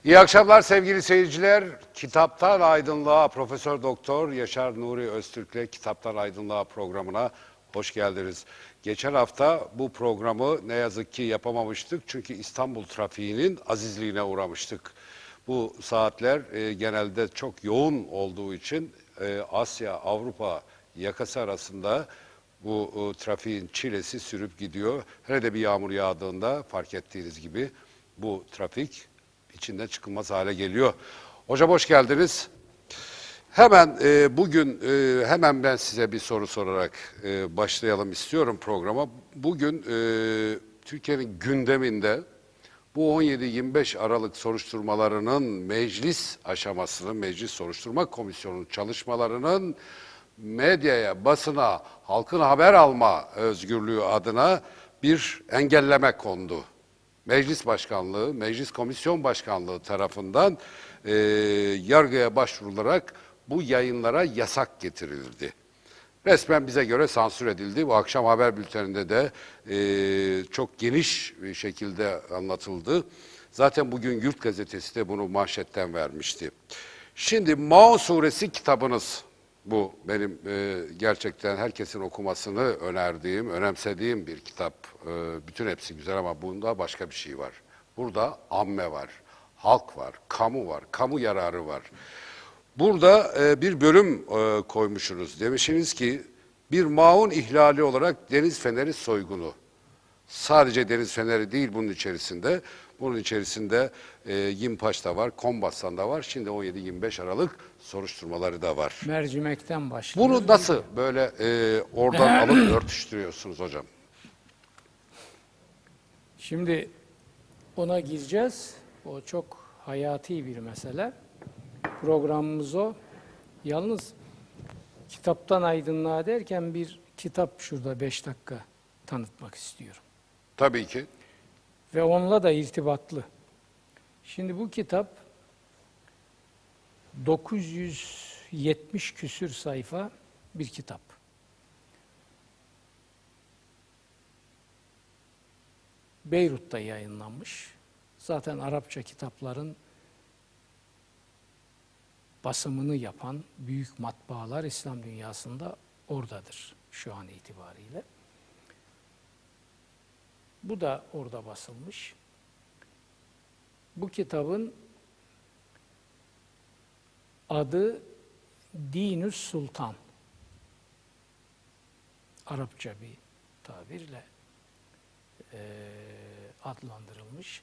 İyi akşamlar sevgili seyirciler. Kitaptan Aydınlığa Profesör Doktor Yaşar Nuri Öztürk'le Kitaptan Aydınlığa programına hoş geldiniz. Geçen hafta bu programı ne yazık ki yapamamıştık. Çünkü İstanbul trafiğinin azizliğine uğramıştık. Bu saatler genelde çok yoğun olduğu için Asya-Avrupa yakası arasında bu trafiğin çilesi sürüp gidiyor. Hele de bir yağmur yağdığında fark ettiğiniz gibi bu trafik içinden çıkılmaz hale geliyor. Hocam hoş geldiniz. Hemen bugün hemen ben size bir soru sorarak başlayalım istiyorum programa. Bugün Türkiye'nin gündeminde bu 17-25 Aralık soruşturmalarının meclis aşamasını, Meclis Soruşturma Komisyonu'nun çalışmalarının medyaya, basına, halkın haber alma özgürlüğü adına bir engelleme kondu. Meclis Başkanlığı, Meclis Komisyon Başkanlığı tarafından yargıya başvurularak bu yayınlara yasak getirildi. Resmen bize göre sansür edildi. Bu akşam haber bülteninde de çok geniş bir şekilde anlatıldı. Zaten bugün Yurt Gazetesi de bunu manşetten vermişti. Şimdi Maun Suresi kitabınız. Bu benim gerçekten herkesin okumasını önerdiğim, önemsediğim bir kitap. Bütün hepsi güzel ama bunda başka bir şey var. Burada amme var, halk var, kamu var, kamu yararı var. Burada bir bölüm koymuşsunuz. Demişsiniz ki bir maun ihlali olarak deniz feneri soygunu. Sadece deniz feneri değil bunun içerisinde. Bunun içerisinde Yimpaş'ta var, Kombassan'da var. Şimdi 17-25 Aralık soruşturmaları da var. Mercimek'ten başlıyor. Bunu nasıl böyle oradan alıp örtüştürüyorsunuz hocam? Şimdi ona gireceğiz. O çok hayati bir mesele. Programımız o. Yalnız kitaptan aydınlığa derken bir kitap şurada 5 dakika tanıtmak istiyorum. Tabii ki. Ve onunla da irtibatlı. Şimdi bu kitap 970 küsür sayfa bir kitap. Beyrut'ta yayınlanmış. Zaten Arapça kitapların basımını yapan büyük matbaalar İslam dünyasında oradadır şu an itibariyle. Bu da orada basılmış. Bu kitabın adı Dinü's Sultan. Arapça bir tabirle adlandırılmış.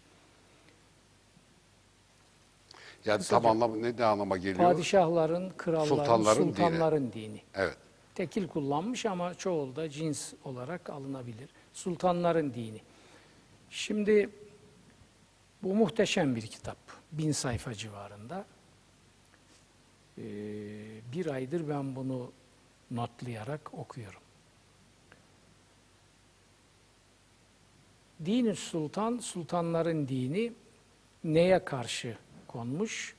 Yani tam anlamı ne anlama geliyor? Padişahların, kralların, sultanların dini. Evet. Tekil kullanmış ama çoğul da cins olarak alınabilir. Sultanların dini. Şimdi bu muhteşem bir kitap. 1000 sayfa civarında. Bir aydır ben bunu notlayarak okuyorum. Dinü's Sultan, sultanların dini neye karşı konmuş?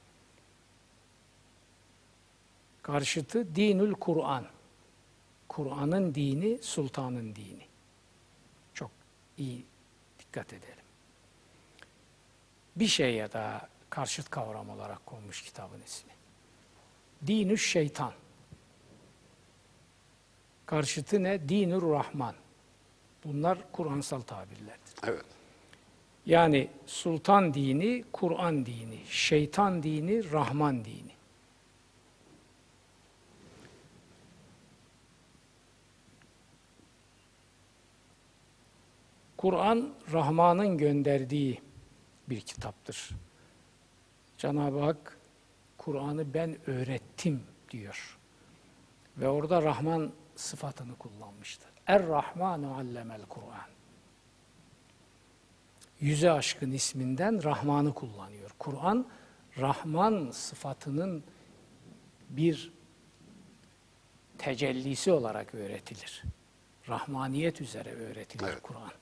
Karşıtı Dinül Kur'an. Kur'an'ın dini, sultanın dini. Çok iyi dikkat edelim. Bir şeye daha karşıt kavram olarak konmuş kitabın ismi. Dinü's Şeytan. Karşıtı ne? Dinür Rahman. Bunlar Kur'ansal tabirlerdir. Evet. Yani sultan dini, Kur'an dini, şeytan dini, Rahman dini. Kur'an, Rahman'ın gönderdiği bir kitaptır. Cenab-ı Hak, Kur'an'ı ben öğrettim diyor. Ve orada Rahman sıfatını kullanmıştır. Er-Rahmanu allemel Kur'an. Yüze aşkın isminden Rahman'ı kullanıyor. Kur'an, Rahman sıfatının bir tecellisi olarak öğretilir. Rahmaniyet üzere öğretilir evet. Kur'an.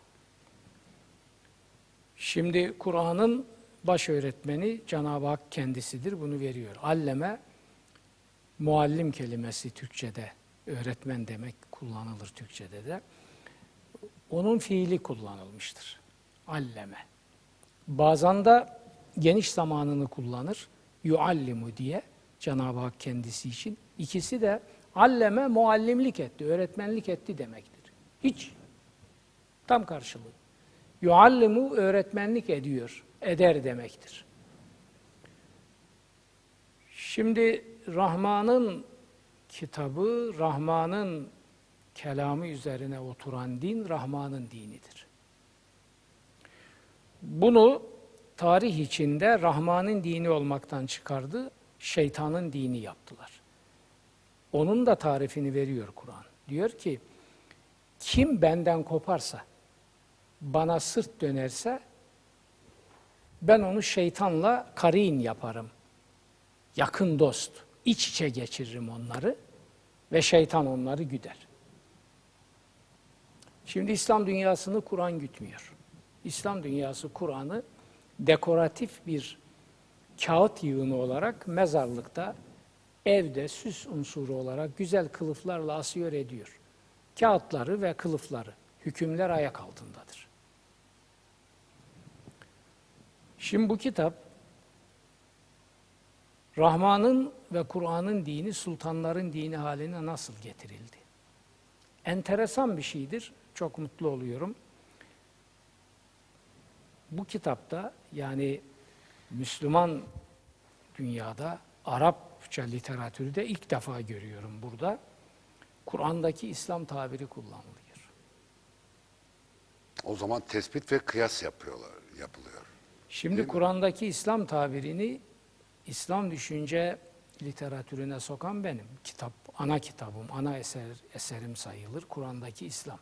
Şimdi Kur'an'ın baş öğretmeni Cenab-ı Hak kendisidir. Bunu veriyor. Alleme, muallim kelimesi Türkçe'de, öğretmen demek kullanılır Türkçe'de de. Onun fiili kullanılmıştır. Alleme. Bazen de geniş zamanını kullanır. Yuallimu diye Cenab-ı Hak kendisi için. İkisi de alleme muallimlik etti, öğretmenlik etti demektir. Hiç. Tam karşılığı. Yuallimu öğretmenlik ediyor, eder demektir. Şimdi Rahman'ın kitabı, Rahman'ın kelamı üzerine oturan din, Rahman'ın dinidir. Bunu tarih içinde Rahman'ın dini olmaktan çıkardı, şeytanın dini yaptılar. Onun da tarifini veriyor Kur'an. Diyor ki, kim benden koparsa, bana sırt dönerse, ben onu şeytanla karin yaparım. Yakın dost, iç içe geçiririm onları ve şeytan onları güder. Şimdi İslam dünyasını Kur'an gütmüyor. İslam dünyası Kur'an'ı dekoratif bir kağıt yığını olarak mezarlıkta, evde süs unsuru olarak güzel kılıflarla asıyor ediyor. Kağıtları ve kılıfları, hükümler ayak altındadır. Şimdi bu kitap, Rahman'ın ve Kur'an'ın dini, sultanların dini haline nasıl getirildi? Enteresan bir şeydir, çok mutlu oluyorum. Bu kitapta, yani Müslüman dünyada, Arapça literatürde ilk defa görüyorum burada, Kur'an'daki İslam tabiri kullanılıyor. O zaman tespit ve kıyas yapılıyor. Şimdi Kur'an'daki İslam tabirini İslam düşünce literatürüne sokan benim. Kitap, ana kitabım, ana eserim sayılır Kur'an'daki İslam.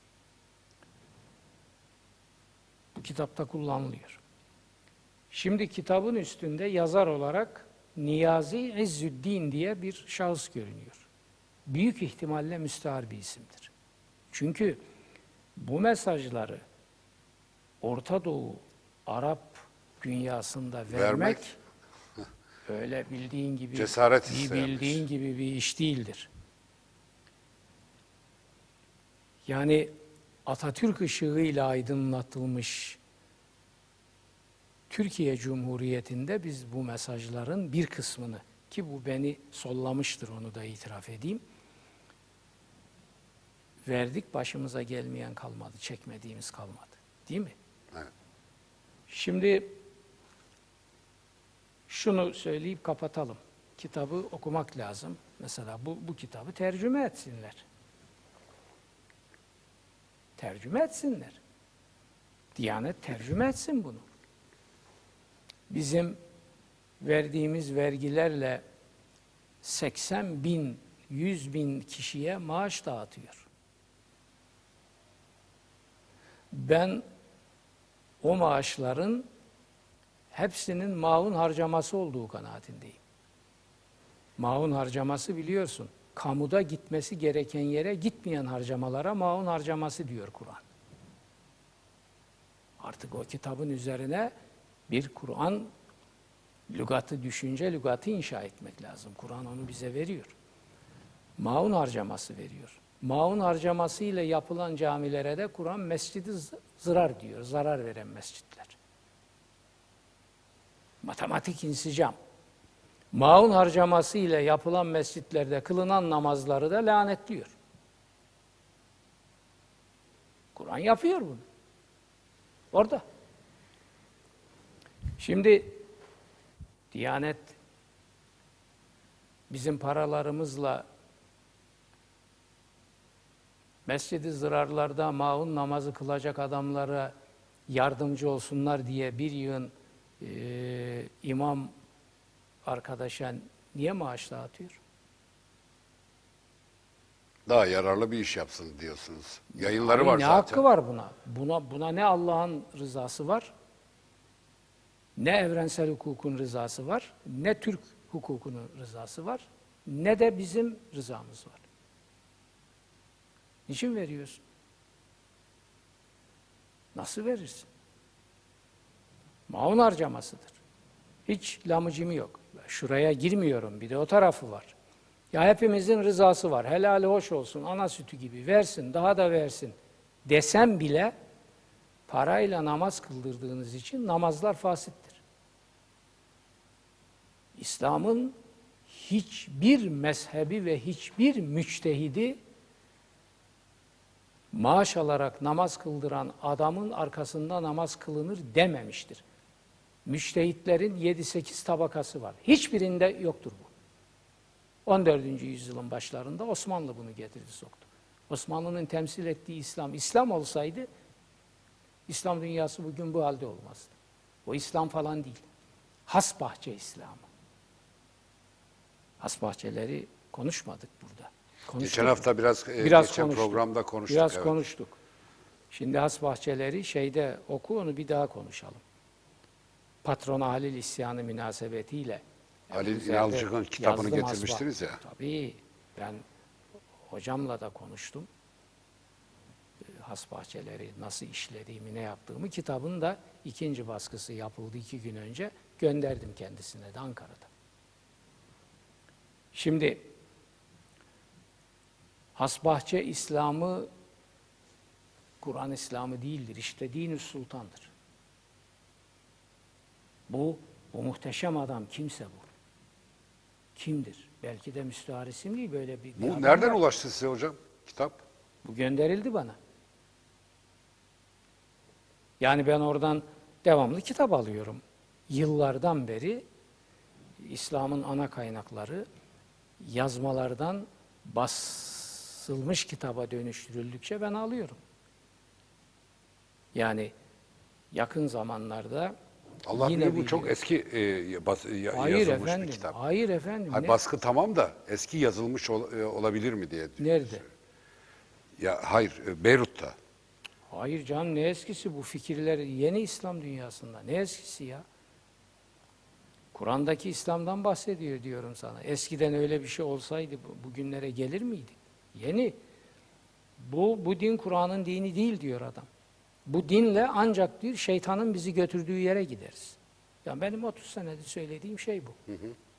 Bu kitapta kullanılıyor. Şimdi kitabın üstünde yazar olarak Niyazi İzzüddin diye bir şahıs görünüyor. Büyük ihtimalle müstahar bir isimdir. Çünkü bu mesajları Orta Doğu, Arap dünyasında vermek öyle bildiğin gibi cesaret istemiş. bildiğin gibi bir iş değildir. Yani Atatürk ışığıyla aydınlatılmış Türkiye Cumhuriyeti'nde biz bu mesajların bir kısmını, ki bu beni sollamıştır, onu da itiraf edeyim, verdik, başımıza gelmeyen kalmadı, çekmediğimiz kalmadı. Değil mi? Evet. Şimdi şunu söyleyip kapatalım. Kitabı okumak lazım. Mesela bu kitabı tercüme etsinler. Tercüme etsinler. Diyanet tercüme etsin bunu. Bizim verdiğimiz vergilerle 80 bin, 100 bin kişiye maaş dağıtıyor. Ben o maaşların hepsinin maun harcaması olduğu kanaatindeyim. Maun harcaması biliyorsun, kamuda gitmesi gereken yere gitmeyen harcamalara maun harcaması diyor Kur'an. Artık o kitabın üzerine bir Kur'an lügatı, düşünce lügatı inşa etmek lazım. Kur'an onu bize veriyor. Maun harcaması veriyor. Maun harcamasıyla yapılan camilere de Kur'an mescidi zırar diyor. Zarar veren mescitler. Matematik insicam. Maun harcaması ile yapılan mescitlerde kılınan namazları da lanetliyor. Kur'an yapıyor bunu. Orada. Şimdi Diyanet bizim paralarımızla mescid-i zırarlarda maun namazı kılacak adamlara yardımcı olsunlar diye bir yığın imam arkadaşa niye maaş dağıtıyor? Daha yararlı bir iş yapsın diyorsunuz. Yayınları var ne zaten. hakkı var buna? Buna ne Allah'ın rızası var, ne evrensel hukukun rızası var, ne Türk hukukunun rızası var, ne de bizim rızamız var. Niçin veriyorsun? Nasıl verirsin? Maun harcamasıdır. Hiç lamıcımı yok. Şuraya girmiyorum, bir de o tarafı var. Ya hepimizin rızası var, helali hoş olsun, ana sütü gibi versin, daha da versin desem bile parayla namaz kıldırdığınız için namazlar fasittir. İslam'ın hiçbir mezhebi ve hiçbir müçtehidi maaş alarak namaz kıldıran adamın arkasında namaz kılınır dememiştir. Müçtehitlerin 7-8 tabakası var. Hiçbirinde yoktur bu. 14. yüzyılın başlarında Osmanlı bunu getirdi soktu. Osmanlı'nın temsil ettiği İslam olsaydı İslam dünyası bugün bu halde olmazdı. O İslam falan değil. Hasbahçe İslamı. Hasbahçeleri konuşmadık burada. Konuştuk. Geçen hafta biraz geçen konuştuk. programda konuştuk. Biraz evet. konuştuk. Şimdi hasbahçeleri şeyde oku, onu bir daha konuşalım. Patron Halil isyanı münasebetiyle. Halil üzerinde İnalcık'ın kitabını yazdım getirmiştiniz ya. Tabii. Ben hocamla da konuştum. Hasbahçeleri nasıl işlediğimi, ne yaptığımı. Kitabın da 2. baskısı yapıldı 2 gün önce. Gönderdim kendisine de Ankara'da. Şimdi hasbahçe İslam'ı Kur'an İslam'ı değildir. İşte din-i sultandır. Bu muhteşem adam kimse bu. Kimdir? Belki de müstahar isim değil, böyle bir Bu adam nereden var. ulaştı size hocam kitap? Bu gönderildi bana. Yani ben oradan devamlı kitap alıyorum. Yıllardan beri İslam'ın ana kaynakları yazmalardan basılmış kitaba dönüştürüldükçe ben alıyorum. Yani yakın zamanlarda Allah yine bilir bu bir- çok eski Hayır yazılmış efendim, bir kitap. hayır efendim. Hayır, baskı tamam da eski yazılmış olabilir mi diye. Nerede? Ya hayır, Beyrut'ta. Hayır canım, ne eskisi, bu fikirler yeni İslam dünyasında. Ne eskisi ya? Kur'an'daki İslam'dan bahsediyor diyorum sana. Eskiden öyle bir şey olsaydı bugünlere gelir miydi? Yeni. Bu din Kur'an'ın dini değil diyor adam. Bu dinle ancak diyor şeytanın bizi götürdüğü yere gideriz. Yani benim 30 senedir söylediğim şey bu.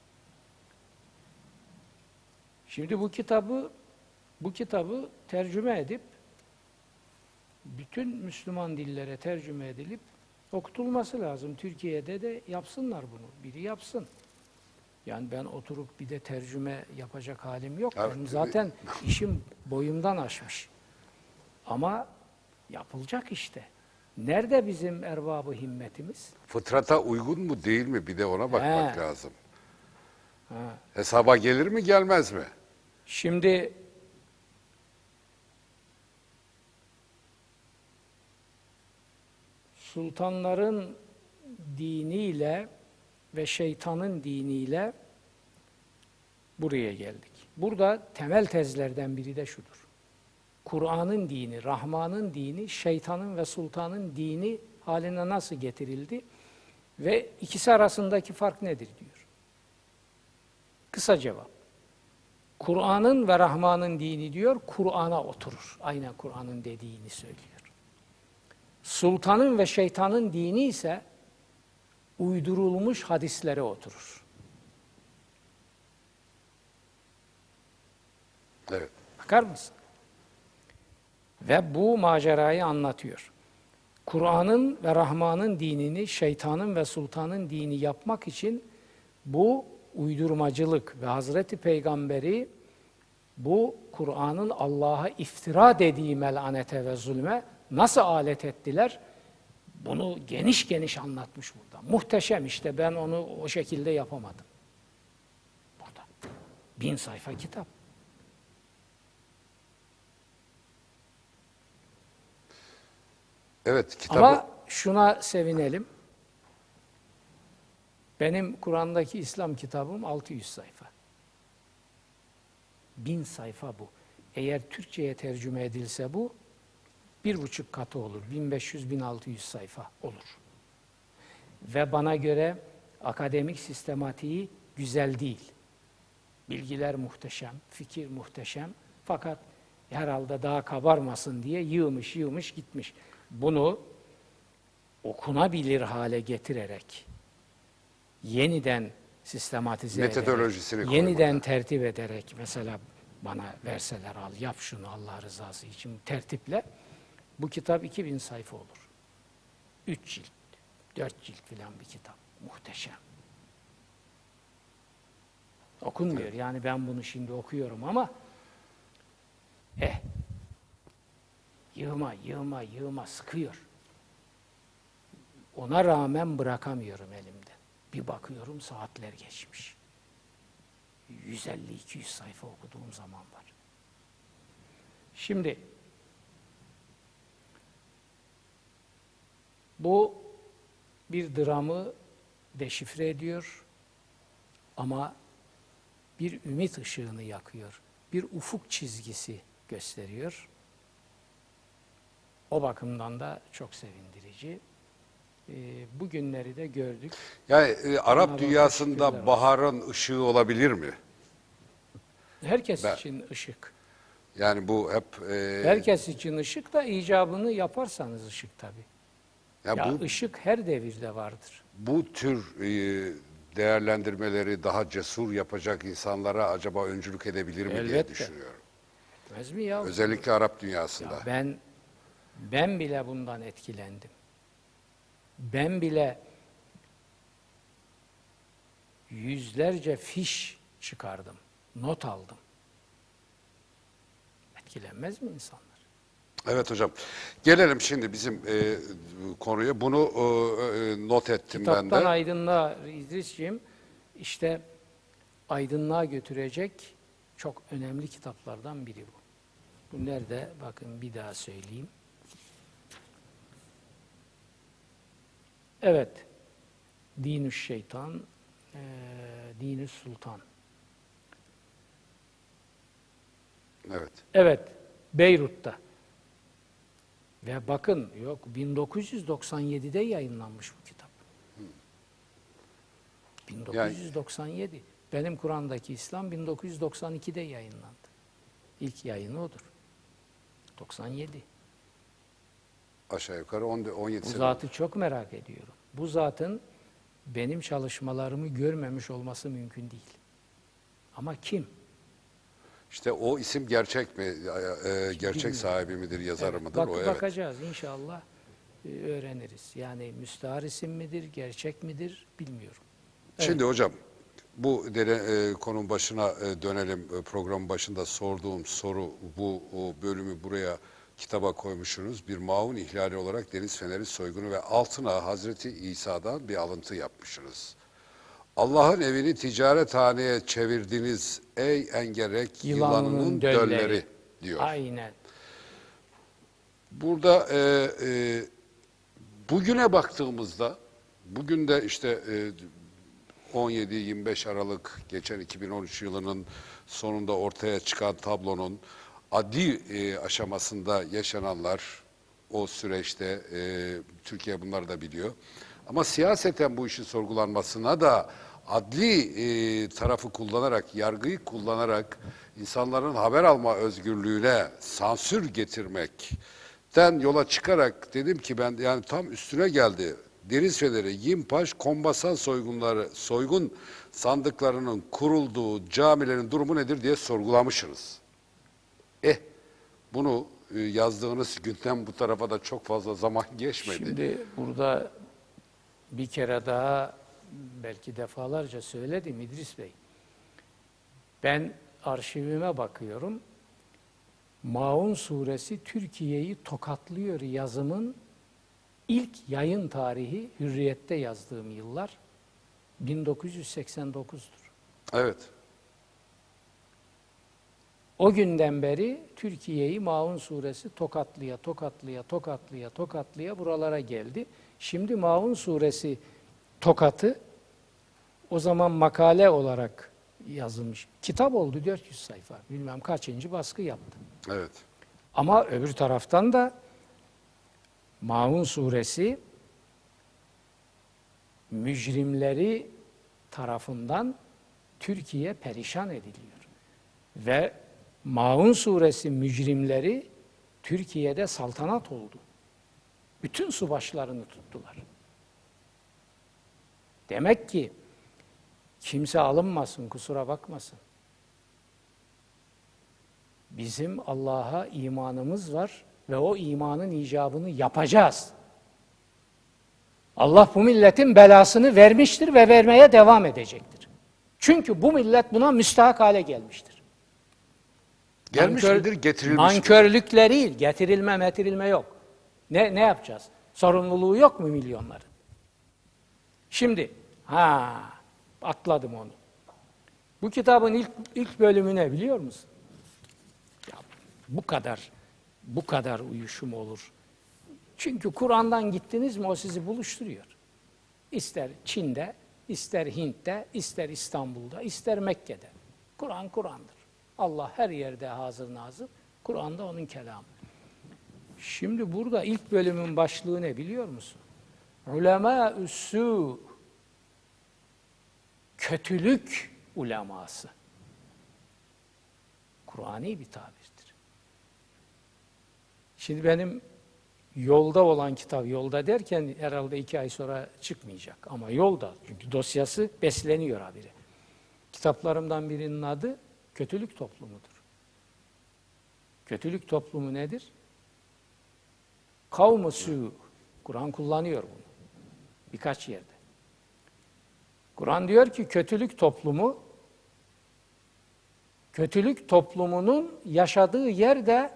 Şimdi bu kitabı tercüme edip bütün Müslüman dillere tercüme edilip okutulması lazım. Türkiye'de de yapsınlar bunu. Biri yapsın. Yani ben oturup bir de tercüme yapacak halim yok. Evet. Benim zaten işim boyumdan aşmış. Ama yapılacak işte. Nerede bizim erbabı himmetimiz? Fıtrata uygun mu değil mi? Bir de ona bakmak He. lazım. Ha. Hesaba gelir mi gelmez mi? Şimdi sultanların diniyle ve şeytanın diniyle buraya geldik. Burada temel tezlerden biri de şudur. Kur'an'ın dini, Rahman'ın dini, şeytanın ve sultanın dini haline nasıl getirildi ve ikisi arasındaki fark nedir diyor. Kısa cevap. Kur'an'ın ve Rahman'ın dini diyor, Kur'an'a oturur. Aynen Kur'an'ın dediğini söylüyor. Sultanın ve şeytanın dini ise uydurulmuş hadislere oturur. Evet. Bakar mısın? Ve bu macerayı anlatıyor. Kur'an'ın ve Rahman'ın dinini şeytanın ve sultanın dini yapmak için bu uydurmacılık ve Hazreti Peygamber'i bu Kur'an'ın Allah'a iftira dediği melanete ve zulme nasıl alet ettiler? Bunu geniş geniş anlatmış burada. Muhteşem, işte ben onu o şekilde yapamadım. Burada. 1000 sayfa kitap. Evet, kitabı Ama şuna sevinelim. Benim Kur'an'daki İslam kitabım 600 sayfa. 1000 sayfa bu. Eğer Türkçe'ye tercüme edilse bu 1,5 katı olur. 1500-1600 sayfa olur. Ve bana göre akademik sistematiği güzel değil. Bilgiler muhteşem, fikir muhteşem. Fakat herhalde daha kabarmasın diye yığmış gitmiş. Bunu okunabilir hale getirerek, yeniden sistematize Metodolojisini ederek, koymadan. yeniden tertip ederek, mesela bana verseler al yap şunu Allah rızası için tertiple, bu kitap 2000 sayfa olur. 3 cilt, 4 cilt filan bir kitap. Muhteşem. Okunmuyor. Yani ben bunu şimdi okuyorum ama yığma sıkıyor. Ona rağmen bırakamıyorum elimde. Bir bakıyorum saatler geçmiş. 150-200 sayfa okuduğum zaman var. Şimdi bu bir dramı deşifre ediyor ama bir ümit ışığını yakıyor. Bir ufuk çizgisi gösteriyor. O bakımdan da çok sevindirici. Bugünleri de gördük. Yani Arap Cenab-ı dünyasında Hak şükürler baharın ışığı olabilir mi? Herkes için ışık. Yani bu hep Herkes için ışık da icabını yaparsanız ışık tabii. Ya ışık her devirde vardır. bu tür değerlendirmeleri daha cesur yapacak insanlara acaba öncülük edebilir mi diye Elbette. düşünüyorum. Etmez mi ya? Özellikle Arap dünyasında. Ya ben bile bundan etkilendim. Ben bile yüzlerce fiş çıkardım. Not aldım. Etkilenmez mi insanlar? Evet hocam. Gelelim şimdi bizim konuya. Bunu not ettim ben de. Kitaptan aydınlığa İdrisciğim, işte aydınlığa götürecek çok önemli kitaplardan biri bu. Bu nerede? Bakın bir daha söyleyeyim. Evet. Dinü Şeytan, Dinü Sultan. Evet. Evet. Beyrut'ta. Ve bakın 1997'de yayınlanmış bu kitap. 1997. Benim Kur'an'daki İslam 1992'de yayınlandı. İlk yayını odur. 97. Aşağı yukarı 17 Bu sene. zatı çok merak ediyorum. Bu zatın benim çalışmalarımı görmemiş olması mümkün değil. Ama kim? İşte o isim gerçek mi? Gerçek sahibi midir, yazarı mıdır? O, evet. Bakacağız inşallah öğreniriz. Yani müstahar isim midir, gerçek midir bilmiyorum. Şimdi hocam bu konunun başına dönelim. Programın başında sorduğum soru bu bölümü buraya kitaba koymuşsunuz. Bir maun ihlali olarak deniz feneri soygunu ve altına Hazreti İsa'dan bir alıntı yapmışsınız. Allah'ın evini ticarethaneye çevirdiniz ey engerek yılanının dölleri diyor. Aynen. Burada bugüne baktığımızda bugün de işte 17-25 Aralık geçen 2013 yılının sonunda ortaya çıkan tablonun adli aşamasında yaşananlar o süreçte Türkiye bunları da biliyor. Ama siyaseten bu işin sorgulanmasına da adli tarafı kullanarak, yargıyı kullanarak insanların haber alma özgürlüğüne sansür getirmekten yola çıkarak dedim ki ben yani tam üstüne geldi. Deniz Feneri, Yimpaş, Kombasan soygun sandıklarının kurulduğu camilerin durumu nedir diye sorgulamışsınız. Bunu yazdığınız günden bu tarafa da çok fazla zaman geçmedi. Şimdi burada bir kere daha belki defalarca söyledim İdris Bey. Ben arşivime bakıyorum. Maun suresi Türkiye'yi tokatlıyor yazımın ilk yayın tarihi Hürriyet'te yazdığım yıllar 1989'dur. Evet. O günden beri Türkiye'yi Maun suresi tokatlaya buralara geldi. Şimdi Maun suresi tokatı o zaman makale olarak yazılmış. Kitap oldu 400 sayfa. Bilmem kaçıncı baskı yaptı. Evet. Ama öbür taraftan da Maun suresi mücrimleri tarafından Türkiye perişan ediliyor. Ve Maun suresi mücrimleri Türkiye'de saltanat oldu. Bütün subaşlarını tuttular. Demek ki kimse alınmasın, kusura bakmasın. Bizim Allah'a imanımız var ve o imanın icabını yapacağız. Allah bu milletin belasını vermiştir ve vermeye devam edecektir. Çünkü bu millet buna müstahak hale gelmiştir. Gelmiş midir, getirilmiş midir? Nankörlükleri değil, getirilme yok. Ne yapacağız? Sorumluluğu yok mu milyonların? Şimdi, atladım onu. Bu kitabın ilk bölümü ne biliyor musun? Ya, bu kadar uyuşum olur. Çünkü Kur'an'dan gittiniz mi o sizi buluşturuyor. İster Çin'de, ister Hint'te, ister İstanbul'da, ister Mekke'de. Kur'an Kur'an'dır. Allah her yerde hazır nazır. Kur'an'da onun kelamı. Şimdi burada ilk bölümün başlığı ne biliyor musun? Ulemâ-üssû, kötülük uleması. Kur'ani bir tabirdir. Şimdi benim yolda olan kitap, yolda derken herhalde 2 ay sonra çıkmayacak. Ama yolda, çünkü dosyası besleniyor habire. Kitaplarımdan birinin adı Kötülük Toplumu'dur. Kötülük toplumu nedir? Kavm-ı sû. Kur'an kullanıyor bunu. Birkaç yerde. Kur'an diyor ki kötülük toplumunun yaşadığı yerde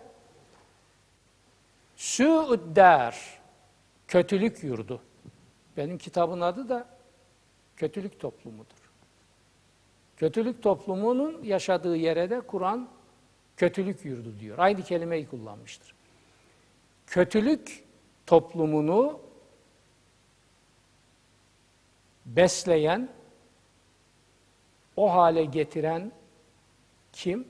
Su'ud-dar, kötülük yurdu. Benim kitabın adı da Kötülük Toplumudur. Kötülük toplumunun yaşadığı yere de Kur'an kötülük yurdu diyor. Aynı kelimeyi kullanmıştır. Kötülük toplumunu besleyen, o hale getiren kim?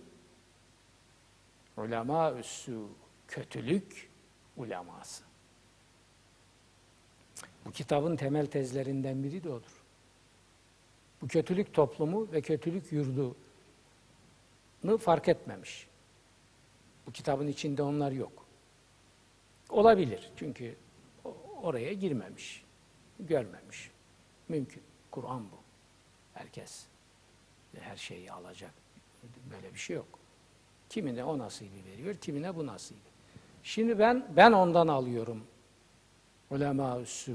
Ulemâ-üssû, kötülük uleması. Bu kitabın temel tezlerinden biri de odur. Bu kötülük toplumu ve kötülük yurdunu fark etmemiş. Bu kitabın içinde onlar yok. Olabilir çünkü oraya girmemiş, görmemiş. Mümkün. Kur'an bu. Herkes her şeyi alacak. Böyle bir şey yok. Kimine o nasibi veriyor, kimine bu nasibi. Şimdi ben ondan alıyorum. Ulemâ-üssû.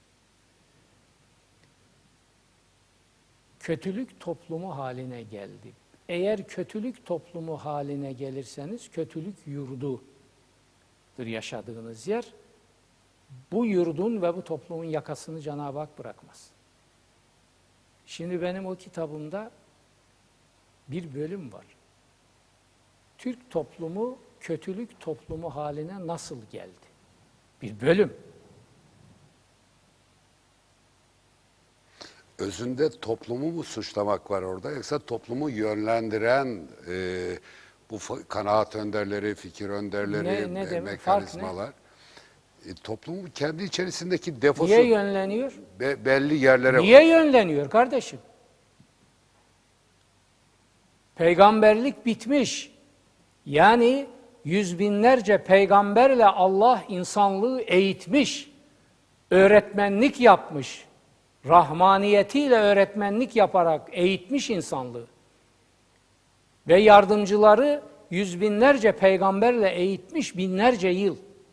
Kötülük toplumu haline geldi. Eğer kötülük toplumu haline gelirseniz, kötülük yurdudur yaşadığınız yer. Bu yurdun ve bu toplumun yakasını Cenab-ı Hak bırakmaz. Şimdi benim o kitabımda bir bölüm var. Türk toplumu kötülük toplumu haline nasıl geldi? Bir bölüm. Özünde toplumu mu suçlamak var orada, yoksa toplumu yönlendiren bu kanaat önderleri, fikir önderleri, mekanizmalar. Toplumu kendi içerisindeki defosu Niye yönleniyor? Belli yerlere Niye yönleniyor kardeşim? Peygamberlik bitmiş. Yani yüz binlerce peygamberle Allah insanlığı eğitmiş, öğretmenlik yapmış, rahmaniyetiyle öğretmenlik yaparak eğitmiş insanlığı. Ve yardımcıları yüz binlerce peygamberle eğitmiş binlerce yıl.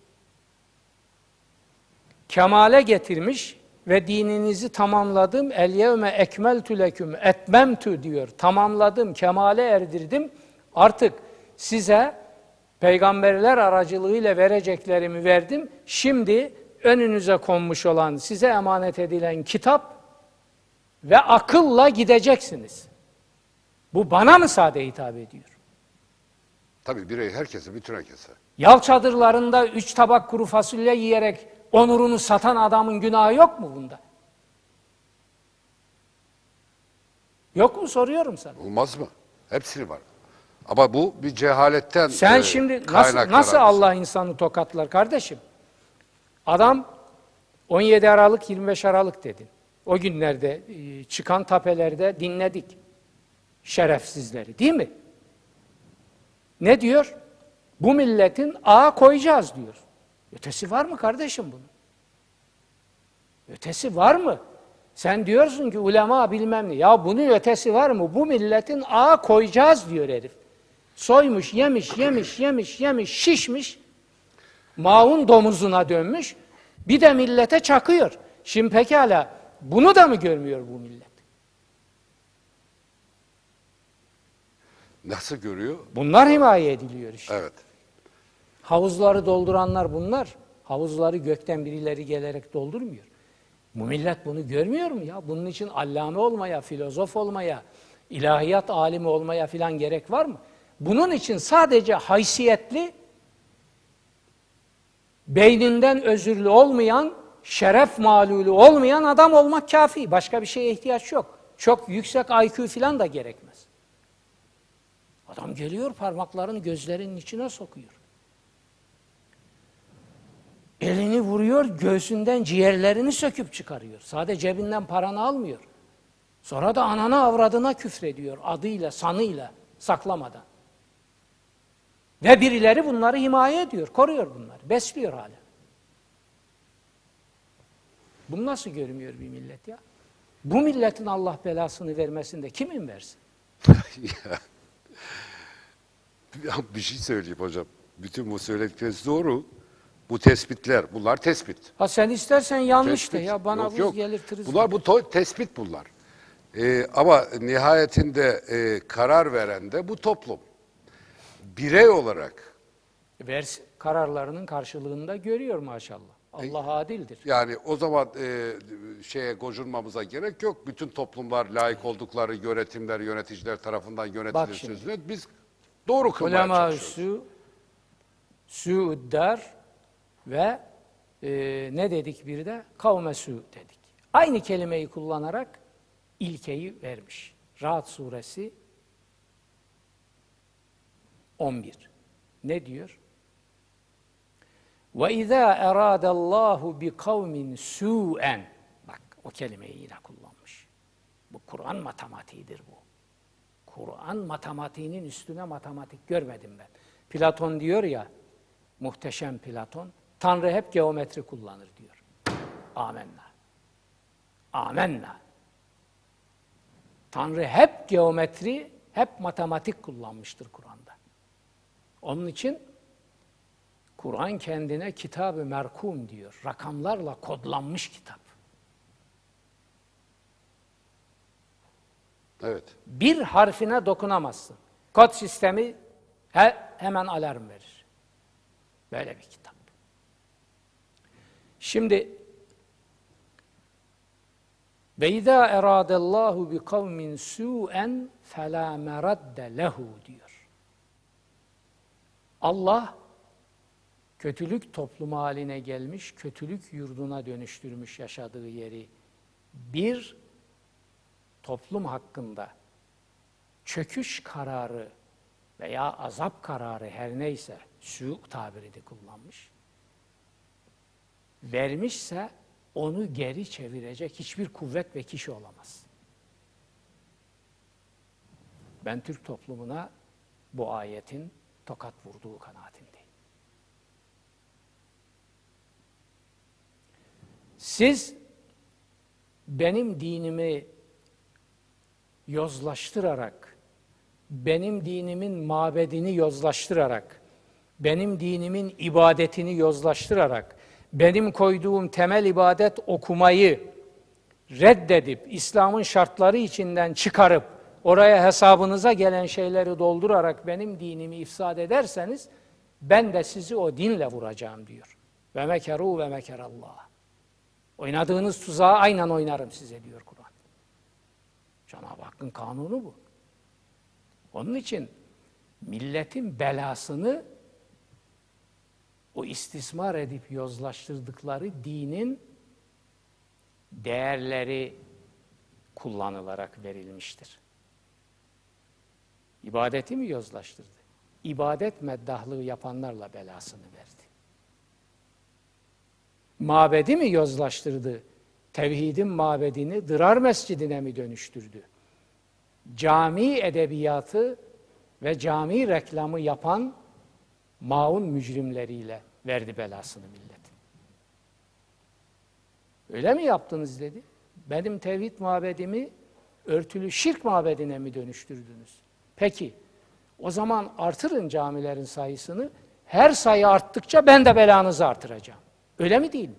Kemale getirmiş ve dininizi tamamladım. El yevme ekmeltü leküm etmemtü diyor. Tamamladım, kemale erdirdim. Artık size peygamberler aracılığıyla vereceklerimi verdim. Şimdi önünüze konmuş olan, size emanet edilen kitap ve akılla gideceksiniz. Bu bana mı sade hitap ediyor? Tabii birey, herkese, bütün herkese. Yal çadırlarında 3 tabak kuru fasulye yiyerek onurunu satan adamın günahı yok mu bunda? Yok mu soruyorum sana. Olmaz mı? Hepsini var. Ama bu bir cehaletten Sen şimdi nasıl Allah insanı tokatlar kardeşim? Adam 17 Aralık 25 Aralık dedin. O günlerde çıkan tapelerde dinledik şerefsizleri, değil mi? Ne diyor? Bu milletin ağa koyacağız diyor. Ötesi var mı kardeşim bunun? Ötesi var mı? Sen diyorsun ki ulema bilmem ne. Ya bunun ötesi var mı? Bu milletin ağa koyacağız diyor herif. Soymuş, yemiş, şişmiş. Maun domuzuna dönmüş. Bir de millete çakıyor. Şimdi pekala bunu da mı görmüyor bu millet? Nasıl görüyor? Bunlar himaye ediliyor işte. Evet. Havuzları dolduranlar bunlar. Havuzları gökten birileri gelerek doldurmuyor. Bu millet bunu görmüyor mu ya? Bunun için allame olmaya, filozof olmaya, ilahiyat alimi olmaya filan gerek var mı? Bunun için sadece haysiyetli, beyninden özürlü olmayan, şeref malulü olmayan adam olmak kafi. Başka bir şeye ihtiyaç yok. Çok yüksek IQ filan da gerekmez. Adam geliyor, parmaklarını gözlerinin içine sokuyor. Elini vuruyor, göğsünden ciğerlerini söküp çıkarıyor. Sadece cebinden paranı almıyor. Sonra da anana avradına küfrediyor, adıyla, sanıyla, saklamadan. Ve birileri bunları himaye ediyor, koruyor bunları, besliyor hala. Bunu nasıl görmüyor bir millet ya? Bu milletin Allah belasını vermesinde kimin versin? Ya bir şey söyleyeyim hocam. Bütün bu söyledikleriniz doğru. Bu tespitler, bunlar tespit. Ha sen istersen yanlış de Tespit. ya, bana Yok, vız yok. gelir tırız Bunlar gelir. tespit bunlar. Ama nihayetinde karar veren de bu toplum. Birey olarak Versin, kararlarının karşılığında görüyor maşallah. Allah adildir. yani o zaman şeye gocunmamıza gerek yok. Bütün toplumlar layık oldukları yönetimler, yöneticiler tarafından yönetilir Bak şimdi. sözüne biz doğru kılmaya Ulema-ı çalışıyoruz. su'uddar ve ne dedik bir de? Kavme su dedik. Aynı kelimeyi kullanarak ilkeyi vermiş. Ra'd suresi 11. Ne diyor? وَاِذَا اَرَادَ اللّٰهُ بِقَوْمٍ سُوءًا. Bak o kelimeyi yine kullanmış. Bu Kur'an matematiğidir bu. Kur'an matematiğinin üstüne matematik görmedim ben. Platon diyor ya, muhteşem Platon, Tanrı hep geometri kullanır diyor. Amenna. Amenna. Tanrı hep geometri, hep matematik kullanmıştır Kur'an'da. Onun için Kur'an kendine kitab-ı merkum diyor. Rakamlarla kodlanmış kitap. Evet. Bir harfine dokunamazsın. Kod sistemi hemen alarm verir. Böyle bir kitap. Şimdi ve izâ erâdellâhu bi kavmin sû'en felâ meradde lehu diyor. Allah kötülük toplumu haline gelmiş, kötülük yurduna dönüştürmüş yaşadığı yeri. Bir toplum hakkında çöküş kararı veya azap kararı her neyse, su tabirini kullanmış, vermişse onu geri çevirecek hiçbir kuvvet ve kişi olamaz. Ben Türk toplumuna bu ayetin tokat vurduğu kanaatindeyim. Siz benim dinimi yozlaştırarak, benim dinimin mabedini yozlaştırarak, benim dinimin ibadetini yozlaştırarak, benim koyduğum temel ibadet okumayı reddedip, İslam'ın şartları içinden çıkarıp, oraya hesabınıza gelen şeyleri doldurarak benim dinimi ifsad ederseniz, ben de sizi o dinle vuracağım diyor. Ve mekeru ve mekerallah. Oynadığınız tuzağı aynen oynarım size diyor Kur'an. Cenab-ı Hakk'ın kanunu bu. Onun için milletin belasını o istismar edip yozlaştırdıkları dinin değerleri kullanılarak verilmiştir. İbadeti mi yozlaştırdı? İbadet meddahlığı yapanlarla belasını verdi. Mabedi mi yozlaştırdı? Tevhidin mabedini Dırar Mescidine mi dönüştürdü? Cami edebiyatı ve cami reklamı yapan maun mücrimleriyle verdi belasını millet. Öyle mi yaptınız dedi. Benim tevhid mabedimi örtülü şirk mabedine mi dönüştürdünüz? Peki, o zaman artırın camilerin sayısını. Her sayı arttıkça ben de belanızı artıracağım. Öyle mi değil mi?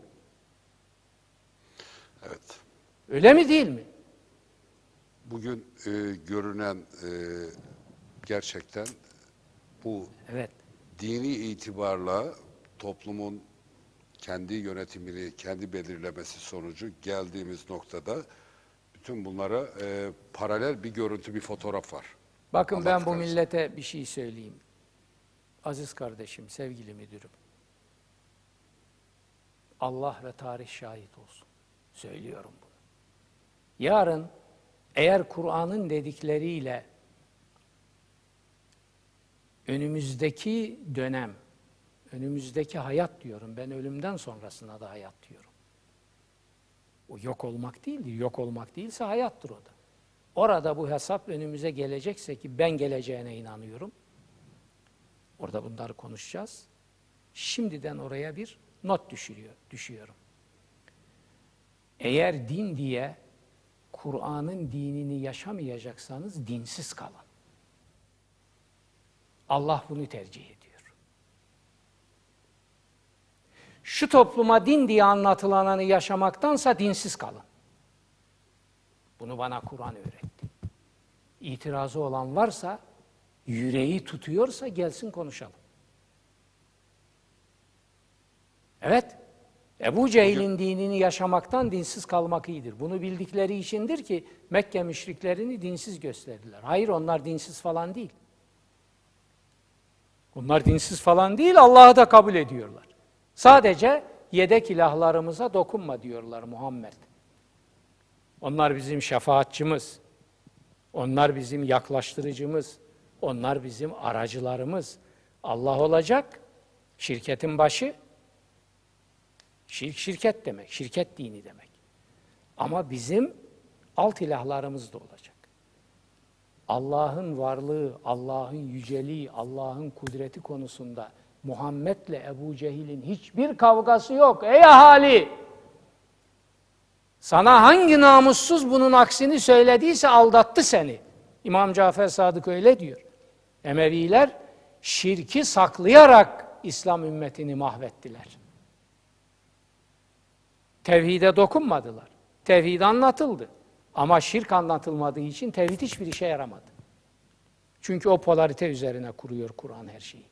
Evet. Öyle mi değil mi? Bugün görünen gerçekten bu Evet. dini itibarla toplumun kendi yönetimini, kendi belirlemesi sonucu geldiğimiz noktada bütün bunlara paralel bir görüntü, bir fotoğraf var. Bakın ben bu Anlattıkları zaman. millete bir şey söyleyeyim. Aziz kardeşim, sevgili müdürüm. Allah ve tarih şahit olsun. Söylüyorum bunu. Yarın eğer Kur'an'ın dedikleriyle önümüzdeki dönem, önümüzdeki hayat diyorum, ben ölümden sonrasına da hayat diyorum. O yok olmak değildir. Yok olmak değilse hayattır o da. Orada bu hesap önümüze gelecekse ki ben geleceğine inanıyorum. Orada bunları konuşacağız. Şimdiden oraya bir not düşüyorum. Eğer din diye Kur'an'ın dinini yaşamayacaksanız dinsiz kalın. Allah bunu tercih ediyor. Şu topluma din diye anlatılananı yaşamaktansa dinsiz kalın. Bunu bana Kur'an öğretti. İtirazı olan varsa, yüreği tutuyorsa gelsin konuşalım. Evet, Ebu Cehil'in dinini yaşamaktan dinsiz kalmak iyidir. Bunu bildikleri içindir ki Mekke müşriklerini dinsiz gösterdiler. Hayır, onlar dinsiz falan değil. Onlar dinsiz falan değil, Allah'ı da kabul ediyorlar. Sadece yedek ilahlarımıza dokunma diyorlar Muhammed. Onlar bizim şefaatçimiz, onlar bizim yaklaştırıcımız, onlar bizim aracılarımız. Allah olacak, şirketin başı, şirket demek, şirket dini demek. Ama bizim alt ilahlarımız da olacak. Allah'ın varlığı, Allah'ın yüceliği, Allah'ın kudreti konusunda Muhammed'le Ebu Cehil'in hiçbir kavgası yok. Ey ahali! Sana hangi namussuz bunun aksini söylediyse aldattı seni. İmam Cafer Sadık öyle diyor. Emeviler şirki saklayarak İslam ümmetini mahvettiler. Tevhide dokunmadılar. Tevhid anlatıldı. Ama şirk anlatılmadığı için tevhid hiçbir işe yaramadı. Çünkü o polarite üzerine kuruyor Kur'an her şeyi.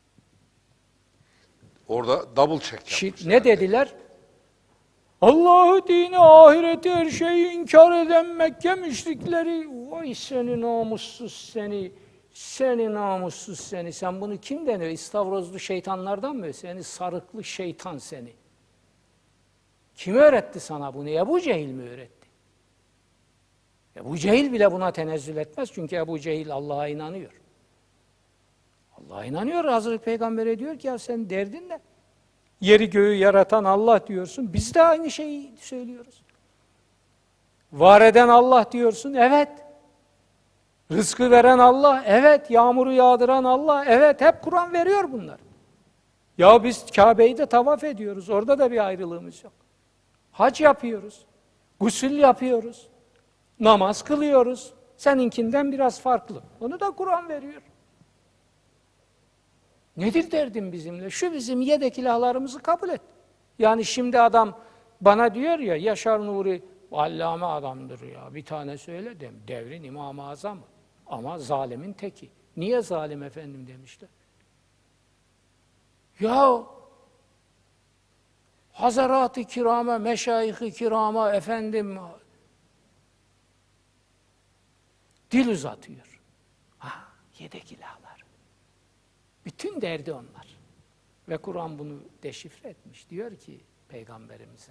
Orada double check yapmışlar. Ne dediler? Allah'ı, dini, ahireti, her şeyi inkar eden Mekke müşrikleri, vay seni namussuz seni, seni namussuz seni, sen bunu kim deniyor? İstavrozlu şeytanlardan mı? Seni sarıklı şeytan seni. Kim öğretti sana bunu? Ebu Cehil mi öğretti? Ebu Cehil bile buna tenezzül etmez çünkü Ebu Cehil Allah'a inanıyor. Allah'a inanıyor, Hazreti Peygamber'e diyor ki ya sen derdin ne? Yeri göğü yaratan Allah diyorsun. Biz de aynı şeyi söylüyoruz. Var eden Allah diyorsun. Evet. Rızkı veren Allah. Evet. Yağmuru yağdıran Allah. Evet. Hep Kur'an veriyor bunlar. Ya biz Kabe'yi de tavaf ediyoruz. Orada da bir ayrılığımız yok. Hac yapıyoruz. Gusül yapıyoruz. Namaz kılıyoruz. Seninkinden biraz farklı. Onu da Kur'an veriyor. Nedir derdim bizimle? Şu bizim yedek ilahlarımızı kabul et. Yani şimdi adam bana diyor ya, Yaşar Nuri allame adamdır ya, bir tane söyle dem. Devrin İmam-ı Azamı. Ama zalimin teki. Niye zalim efendim demişler. Ya Hazarat-ı kirama, meşayih-i kirama efendim dil uzatıyor. Yedek ilahlar. Bütün derdi onlar. Ve Kur'an bunu deşifre etmiş. Diyor ki Peygamberimize,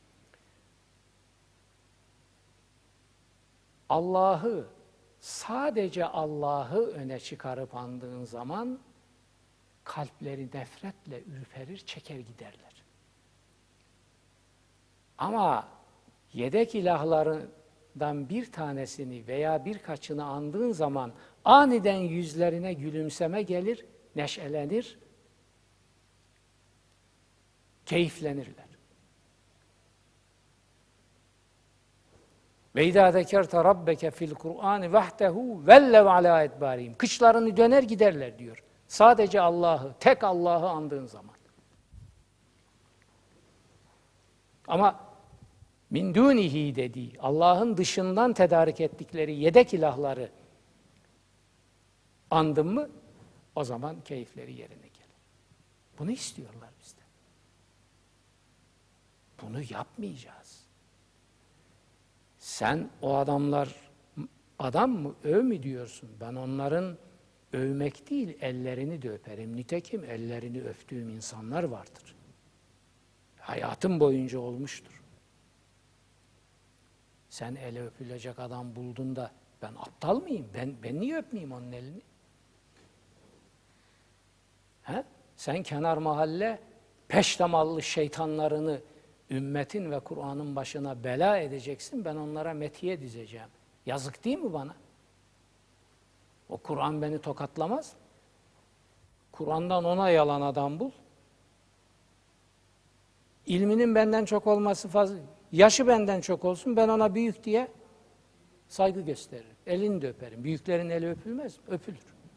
Allah'ı, sadece Allah'ı öne çıkarıp andığın zaman kalpleri nefretle ürperir, çeker giderler. Ama yedek ilahlarından bir tanesini veya birkaçını andığın zaman aniden yüzlerine gülümseme gelir, neşelenir, keyiflenirler. Ve izâ zekerte rabbeke fil Kur'an vahdehu vellev alâ edbârihim. Kıçlarını döner giderler diyor. Sadece Allah'ı, tek Allah'ı andığın zaman. Ama min dûnihi dediği, Allah'ın dışından tedarik ettikleri yedek ilahları Andım mı o zaman keyifleri yerine gelir. Bunu istiyorlar bizden. Bunu yapmayacağız. Sen o adamlar adam mı, öv mü diyorsun? Ben onların övmek değil, ellerini de öperim. Nitekim ellerini öptüğüm insanlar vardır. Hayatım boyunca olmuştur. Sen ele öpülecek adam buldun da ben aptal mıyım? Ben niye öpmeyeyim onun elini? He? Sen kenar mahalle peştemallı şeytanlarını ümmetin ve Kur'an'ın başına bela edeceksin. Ben onlara metiye dizeceğim. Yazık değil mi bana? O Kur'an beni tokatlamaz mı? Kur'an'dan ona yalan adam bul. İlminin benden çok olması fazla. Yaşı benden çok olsun, ben ona büyük diye saygı gösteririm. Elini de öperim. Büyüklerin eli öpülmez mi? Öpülür.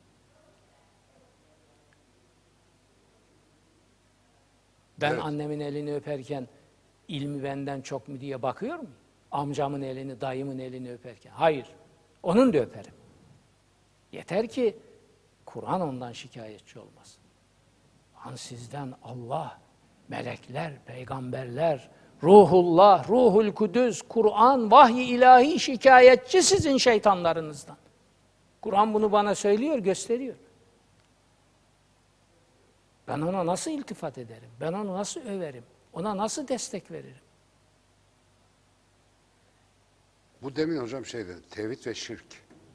Ben Evet. annemin elini öperken ilmi benden çok mu diye bakıyor muyum? Amcamın elini, dayımın elini öperken. Hayır. Onun da öperim. Yeter ki Kur'an ondan şikayetçi olmasın. An sizden Allah, melekler, peygamberler, ruhullah, ruhul kudüs, Kur'an, vahiy ilahi şikayetçi sizin şeytanlarınızdan. Kur'an bunu bana söylüyor, gösteriyor. Ben ona nasıl iltifat ederim? Ben onu nasıl överim? Ona nasıl destek veririm? Bu demin hocam şey dedi, tevhid ve şirk.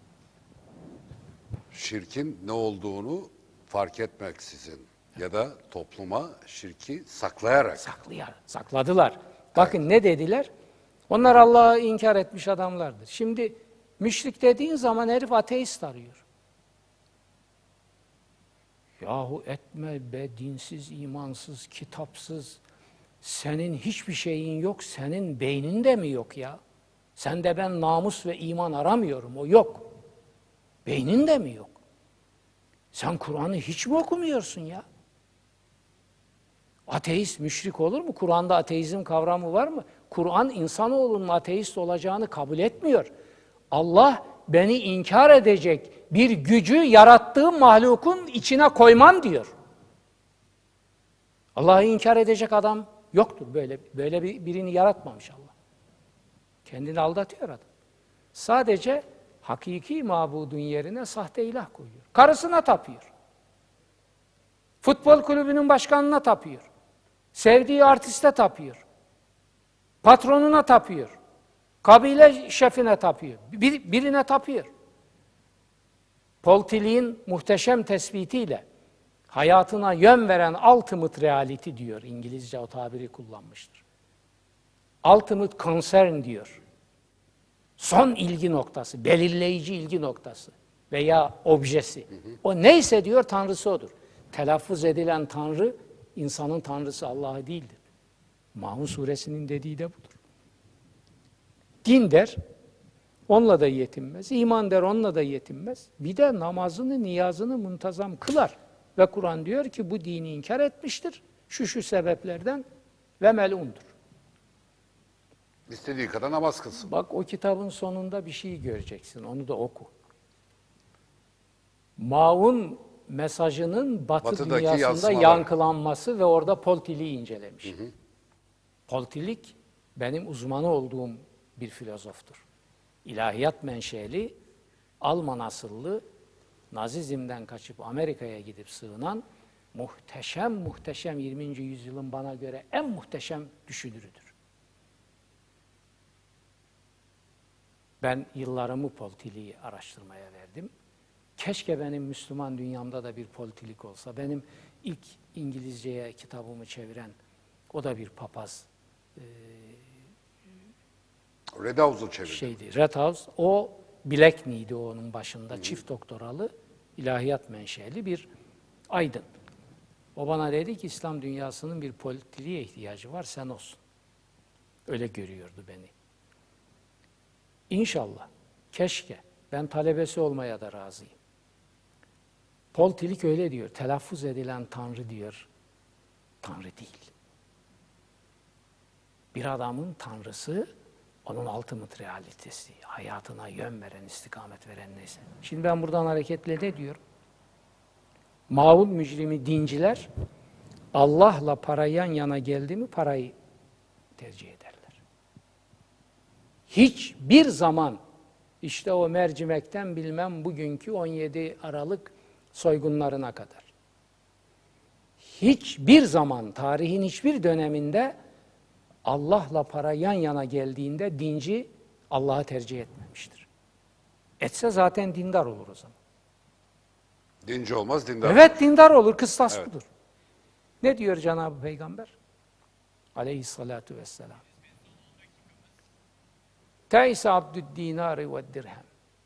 Şirkin ne olduğunu fark etmeksizin ya da topluma şirki saklayarak. Sakladılar. Bakın ne dediler? Onlar Allah'ı inkar etmiş adamlardır. Şimdi müşrik dediğin zaman herif ateist arıyor. Yahu etme be dinsiz, imansız, kitapsız. Senin hiçbir şeyin yok, senin beynin de mi yok ya? Sen de ben namus ve iman aramıyorum, o yok. Beynin de mi yok? Sen Kur'an'ı hiç mi okumuyorsun ya? Ateist, müşrik olur mu? Kur'an'da ateizm kavramı var mı? Kur'an insanoğlunun ateist olacağını kabul etmiyor. Allah beni inkar edecek bir gücü yarattığım mahlukun içine koymam diyor. Allah'ı inkar edecek adam yoktur. Böyle birini yaratmamış Allah. Kendini aldatıyor adam. Sadece hakiki mabudun yerine sahte ilah koyuyor. Karısına tapıyor. Futbol kulübünün başkanına tapıyor. Sevdiği artiste tapıyor. Patronuna tapıyor. Kabile şefine tapıyor. Birine tapıyor. Poltiliğin muhteşem tespitiyle hayatına yön veren ultimate reality diyor. İngilizce o tabiri kullanmıştır. Ultimate concern diyor. Son ilgi noktası, belirleyici ilgi noktası veya objesi. O neyse diyor Tanrısı odur. Telaffuz edilen Tanrı, insanın Tanrısı Allah'ı değildir. Maun suresinin dediği de budur. Din der, onunla da yetinmez. İman der, onunla da yetinmez. Bir de namazını, niyazını muntazam kılar. Ve Kur'an diyor ki bu dini inkar etmiştir. Şu sebeplerden ve melundur. İstediği kadar namaz kılsın. Bak o kitabın sonunda bir şey göreceksin. Onu da oku. Maun mesajının Batı dünyasında yankılanması ve orada Poltilik'i incelemiş. Poltilik benim uzmanı olduğum bir filozoftur. İlahiyat menşeli, Alman asıllı, Nazizm'den kaçıp Amerika'ya gidip sığınan muhteşem 20. yüzyılın bana göre en muhteşem düşünürüdür. Ben yıllarımı Poltilik'i araştırmaya verdim. Keşke benim Müslüman dünyamda da bir Poltilik olsa. Benim ilk İngilizceye kitabımı çeviren, o da bir papaz. Red House'u çevirdi. Red House, o Blackney'di onun başında, çift doktoralı, ilahiyat menşeli bir aydın. O bana dedi ki İslam dünyasının bir Poltilik'e ihtiyacı var, sen olsun. Öyle görüyordu beni. İnşallah, keşke, ben talebesi olmaya da razıyım. Poltilik öyle diyor, telaffuz edilen Tanrı diyor, Tanrı değil. Bir adamın Tanrısı Onun ultimate realitesi, hayatına yön veren, istikamet veren neyse. Şimdi ben buradan hareketle ne diyorum? Mağul mücrimi dinciler Allah'la para yan yana geldi mi parayı tercih ederler. Hiçbir zaman işte o mercimekten bilmem bugünkü 17 Aralık soygunlarına kadar. Hiçbir zaman tarihin hiçbir döneminde Allah'la para yan yana geldiğinde dinci Allah'ı tercih etmemiştir. Etse zaten dindar olur o zaman. Dinci olmaz, dindar. Evet, dindar olur. Kıstas Evet. budur. Ne diyor Cenab-ı Peygamber? Aleyhissalatu vesselam. Te'ise abdüd dinari ve dirhem.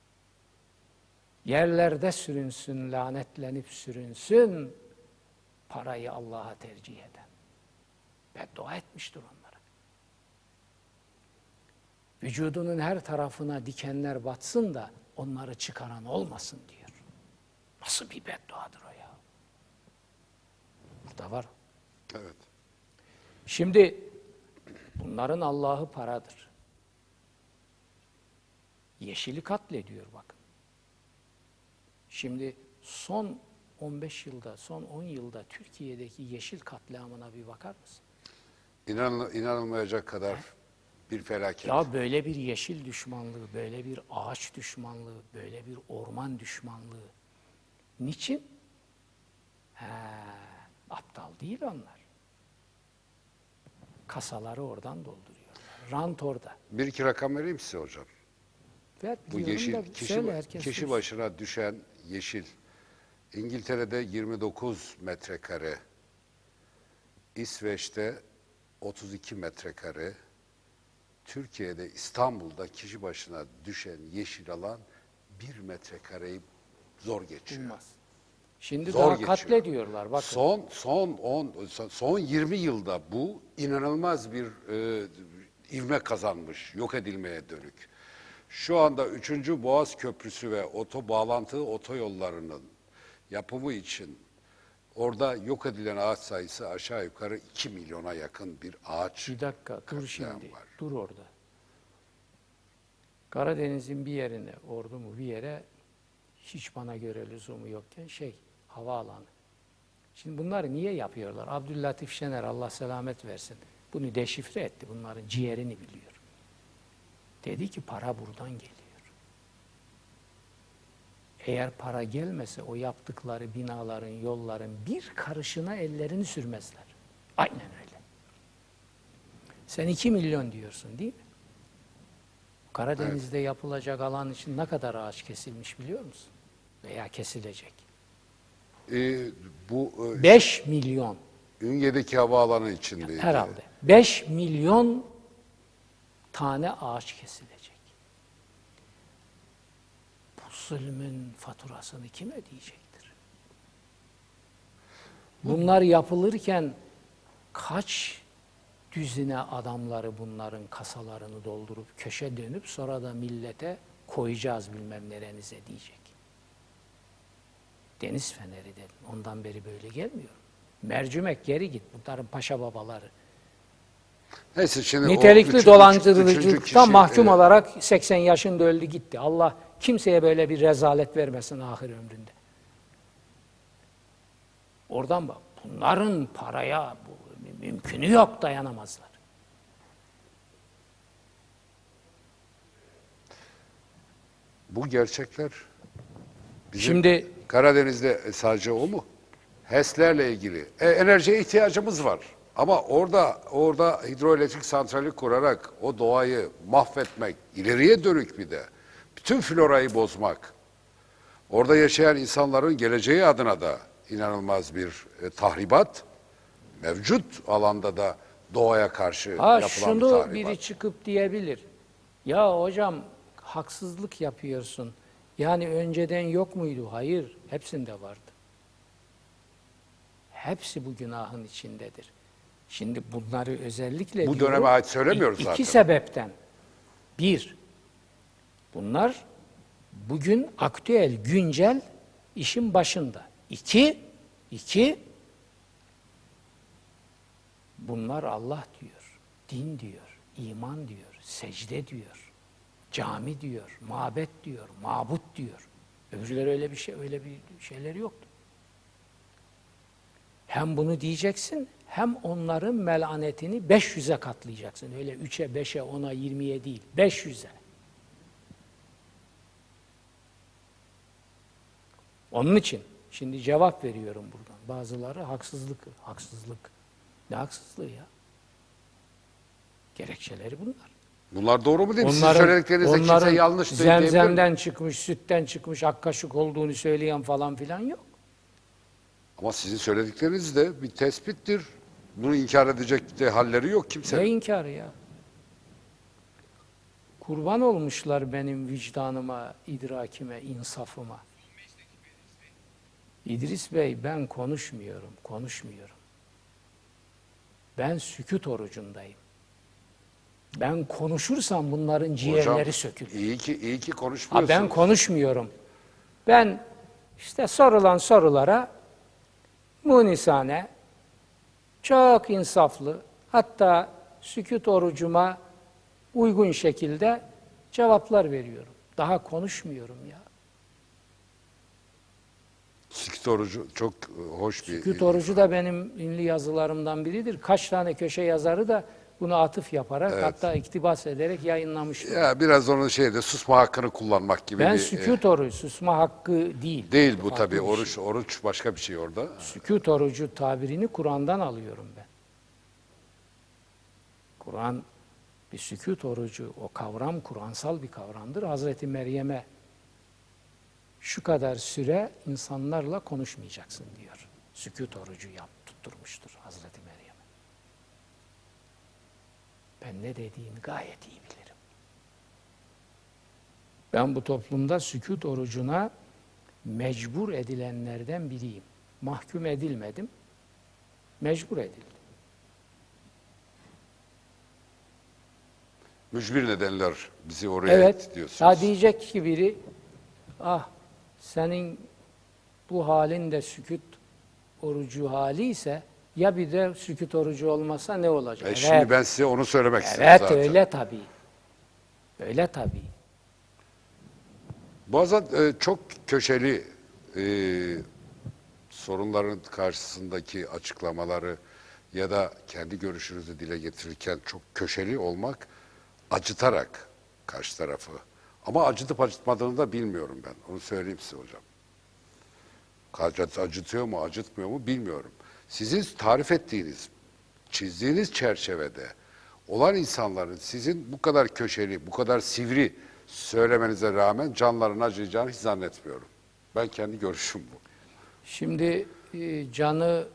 Yerlerde sürünsün, lanetlenip sürünsün, parayı Allah'a tercih eden. Beddua etmiştir onlara. Vücudunun her tarafına dikenler batsın da onları çıkaran olmasın diyor. Nasıl bir bedduadır o ya? Burada var. Evet. Şimdi bunların Allah'ı paradır. Yeşili katlediyor bakın. Şimdi son 15 yılda, son 10 yılda Türkiye'deki yeşil katliamına bir bakar mısın? İnanılmayacak kadar bir felaket. Ya böyle bir yeşil düşmanlığı, böyle bir ağaç düşmanlığı, böyle bir orman düşmanlığı. Niçin? Aptal değil onlar. Kasaları oradan dolduruyorlar. Rant orada. Bir iki rakam vereyim size hocam. Ver, Bu biliyorum yeşil, da kişi, söyle, herkes kişi duysun. başına düşen yeşil. İngiltere'de 29 metrekare, İsveç'te 32 metrekare, Türkiye'de İstanbul'da kişi başına düşen yeşil alan 1 metrekareyi zor geçiyor. Bulmaz. Şimdi Zor daha geçiyor. katlediyorlar bakın. Son 20 yılda bu inanılmaz bir ivme kazanmış, yok edilmeye dönük. Şu anda 3. Boğaz Köprüsü ve bağlantı otoyollarının yapımı için orada yok edilen ağaç sayısı aşağı yukarı 2 milyona yakın bir ağaç. Bir dakika, dur katliamı şimdi, var. dur orada. Karadeniz'in bir yerine, ordu mu bir yere hiç bana göre lüzumu yokken havaalanı. Şimdi bunları niye yapıyorlar? Abdüllatif Şener, Allah selamet versin, bunu deşifre etti, bunların ciğerini biliyor. Dedi ki para buradan geliyor. Eğer para gelmese o yaptıkları binaların, yolların bir karışına ellerini sürmezler. Aynen öyle. Sen 2 milyon diyorsun değil mi? Karadeniz'de yapılacak alan için ne kadar ağaç kesilmiş biliyor musun? Veya kesilecek. Bu 5 milyon Ünye'deki havaalanı içindeydi. herhalde. 5 milyon tane ağaç kesilecek. Bu zulmün faturasını kim ödeyecektir? Bunlar yapılırken kaç düzine adamları bunların kasalarını doldurup köşe dönüp sonra da millete koyacağız bilmem nerenize diyecek. Deniz feneri dedim. Ondan beri böyle gelmiyor. Mercimek geri git. Bunların paşa babaları. Neyse şimdi Nitelikli dolandırıcılıktan kişi, mahkum olarak 80 yaşında öldü gitti. Allah kimseye böyle bir rezalet vermesin ahir ömründe. Oradan bak. Bunların paraya mümkünü yok, dayanamazlar. bu gerçekler bizim Şimdi Karadeniz'de sadece o mu? HES'lerle ilgili. Enerjiye ihtiyacımız var. Ama orada hidroelektrik santrali kurarak o doğayı mahvetmek, ileriye dönük bir de bütün florayı bozmak, orada yaşayan insanların geleceği adına da inanılmaz bir tahribat, mevcut alanda da doğaya karşı yapılan bir şunu tahribat. biri çıkıp diyebilir. Ya hocam haksızlık yapıyorsun. Yani önceden yok muydu? Hayır, hepsinde vardı. Hepsi bu günahın içindedir. Şimdi bunları özellikle Bu diyorum, döneme ait söylemiyoruz zaten. İki sebepten. Bir, bunlar bugün aktüel, güncel işin başında. İki, bunlar Allah diyor, din diyor, iman diyor, secde diyor, cami diyor, mabet diyor, mabut diyor. Öbürleri öyle bir şeyleri yoktu. Hem bunu diyeceksin, hem onların melanetini 500'e katlayacaksın. Öyle 3'e, 5'e, 10'a, 20'ye değil, 500'e. Onun için şimdi cevap veriyorum buradan. Bazıları haksızlık. Ne haksızlığı ya? Gerekçeleri bunlar. Bunlar doğru mu değil mi? Sizin söylediklerinizde kimse yanlış değil diyebilir mi? Zemzemden çıkmış, sütten çıkmış, ak kaşık olduğunu söyleyen falan filan yok. Ama sizin söyledikleriniz de bir tespittir. Bunu inkar edecek de halleri yok Ne kimsenin. inkarı ya? Kurban olmuşlar benim vicdanıma, idrakime, insafıma. İdris Bey, ben konuşmuyorum. Ben sükût orucundayım. Ben konuşursam bunların ciğerleri Hocam, sökülür. iyi ki Ha, konuşmuyorsunuz. ben konuşmuyorum. Ben işte sorulan sorulara munisane, çok insaflı, hatta sükût orucuma uygun şekilde cevaplar veriyorum. Daha konuşmuyorum ya. Sükût orucu çok hoş bir... Sükût orucu da benim ünlü yazılarımdan biridir. Kaç tane köşe yazarı da bunu atıf yaparak, hatta iktibas ederek yayınlamıştır. Ya biraz onun susma hakkını kullanmak gibi Ben bir... sükût orucu, susma hakkı değil. Değil bu Farklı tabii. bir şey. Oruç başka bir şey orada. Sükût orucu tabirini Kur'an'dan alıyorum ben. Kur'an bir sükût orucu, o kavram Kur'ansal bir kavramdır. Hazreti Meryem'e şu kadar süre insanlarla konuşmayacaksın diyor. Sükût orucu tutturmuştur Hazreti Meryem'e. Ben ne dediğimi gayet iyi bilirim. Ben bu toplumda sükût orucuna mecbur edilenlerden biriyim. Mahkum edilmedim, mecbur edildim. Mücbir nedenler bizi oraya Evet, itti diyorsunuz. ya diyecek ki biri, ah senin bu halin de sükût orucu hali ise, ya bir de sükût orucu olmasa ne olacak? Evet, Şimdi ben size onu söylemek istedim evet zaten. öyle tabii. Öyle tabii. Bazen çok köşeli sorunların karşısındaki açıklamaları ya da kendi görüşünüzü dile getirirken çok köşeli olmak acıtarak karşı tarafı. Ama acıtıp acıtmadığını da bilmiyorum ben. Onu söyleyeyim size hocam. Acıtıyor mu, acıtmıyor mu bilmiyorum. Sizin tarif ettiğiniz, çizdiğiniz çerçevede olan insanların sizin bu kadar köşeli, bu kadar sivri söylemenize rağmen canlarını acıyacağını hiç zannetmiyorum. Ben kendi görüşüm bu. Şimdi canı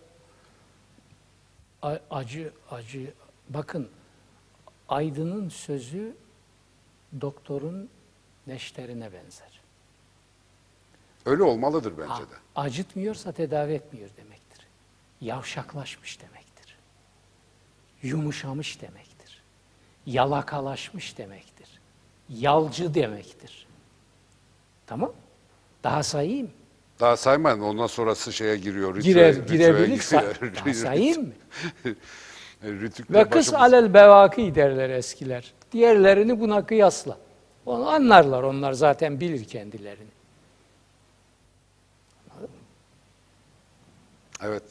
acı, bakın aydının sözü doktorun neşterine benzer. Öyle olmalıdır bence de. Acıtmıyorsa tedavi etmiyor demektir. Yavşaklaşmış demektir. Yumuşamış demektir. Yalakalaşmış demektir. Yalcı demektir. Tamam? Daha sayayım. Daha saymayın, ondan sonrası şeye giriyor. Girebilir. Daha sayayım mı? Rütükle Ve kız alel bevaki derler eskiler. Diğerlerini buna kıyasla. Onu anlarlar, onlar zaten bilir kendilerini. Evet.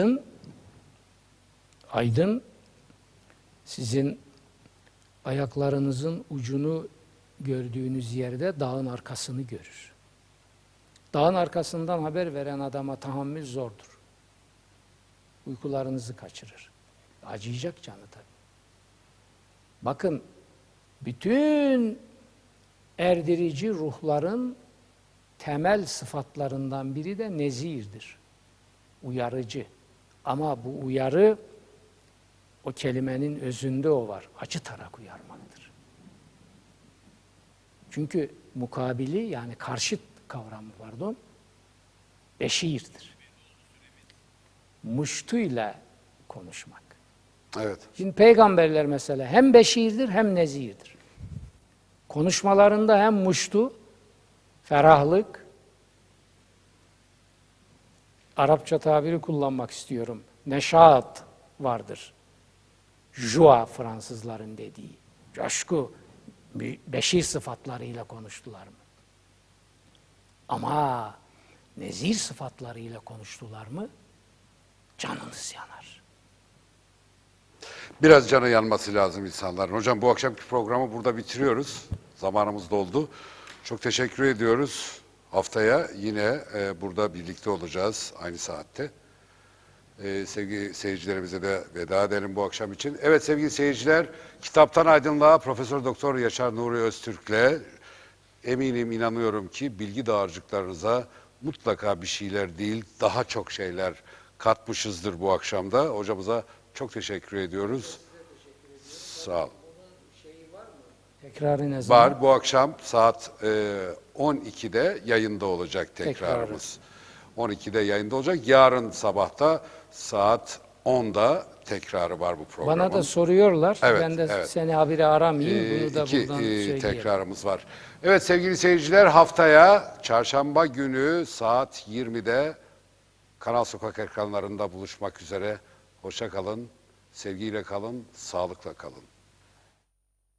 Aydın sizin ayaklarınızın ucunu gördüğünüz yerde dağın arkasını görür. Dağın arkasından haber veren adama tahammül zordur. Uykularınızı kaçırır. Acıyacak canı tabii. Bakın, bütün erdirici ruhların temel sıfatlarından biri de nezirdir. Uyarıcı. Ama bu uyarı, o kelimenin özünde o var. Acıtarak uyarmaktır. Çünkü mukabili, yani karşıt kavramı pardon, beşirdir. Muştuyla konuşmak. Evet. Şimdi peygamberler mesela hem beşirdir hem nezirdir. Konuşmalarında hem muştu, ferahlık, Arapça tabiri kullanmak istiyorum, neşat vardır. Joie Fransızların dediği. coşku, beşir sıfatlarıyla konuştular mı? Ama nezir sıfatlarıyla konuştular mı? Canınız yanar. Biraz canı yanması lazım insanların. Hocam bu akşamki programı burada bitiriyoruz. Zamanımız doldu. Çok teşekkür ediyoruz. Haftaya yine burada birlikte olacağız aynı saatte. Sevgili seyircilerimize de veda edelim bu akşam için. Evet sevgili seyirciler, Kitaptan Aydınlığa Profesör Doktor Yaşar Nuri Öztürk'le eminim, inanıyorum ki bilgi dağarcıklarınıza mutlaka bir şeyler değil, daha çok şeyler katmışızdır bu akşamda. Hocamıza çok teşekkür ediyoruz. Sağ ol. Tekrarı ne zaman? Var, bu akşam saat 12'de yayında olacak tekrarımız. 12'de yayında olacak. Yarın sabahta saat 10'da tekrarı var bu programın. Bana da soruyorlar. Evet, Ben de evet. seni habire aramayayım. Bunu da İki buradan söyleyeyim. tekrarımız var. Evet sevgili seyirciler, haftaya çarşamba günü saat 20'de Kanal Sokak ekranlarında buluşmak üzere. Hoşça kalın, sevgiyle kalın, sağlıkla kalın.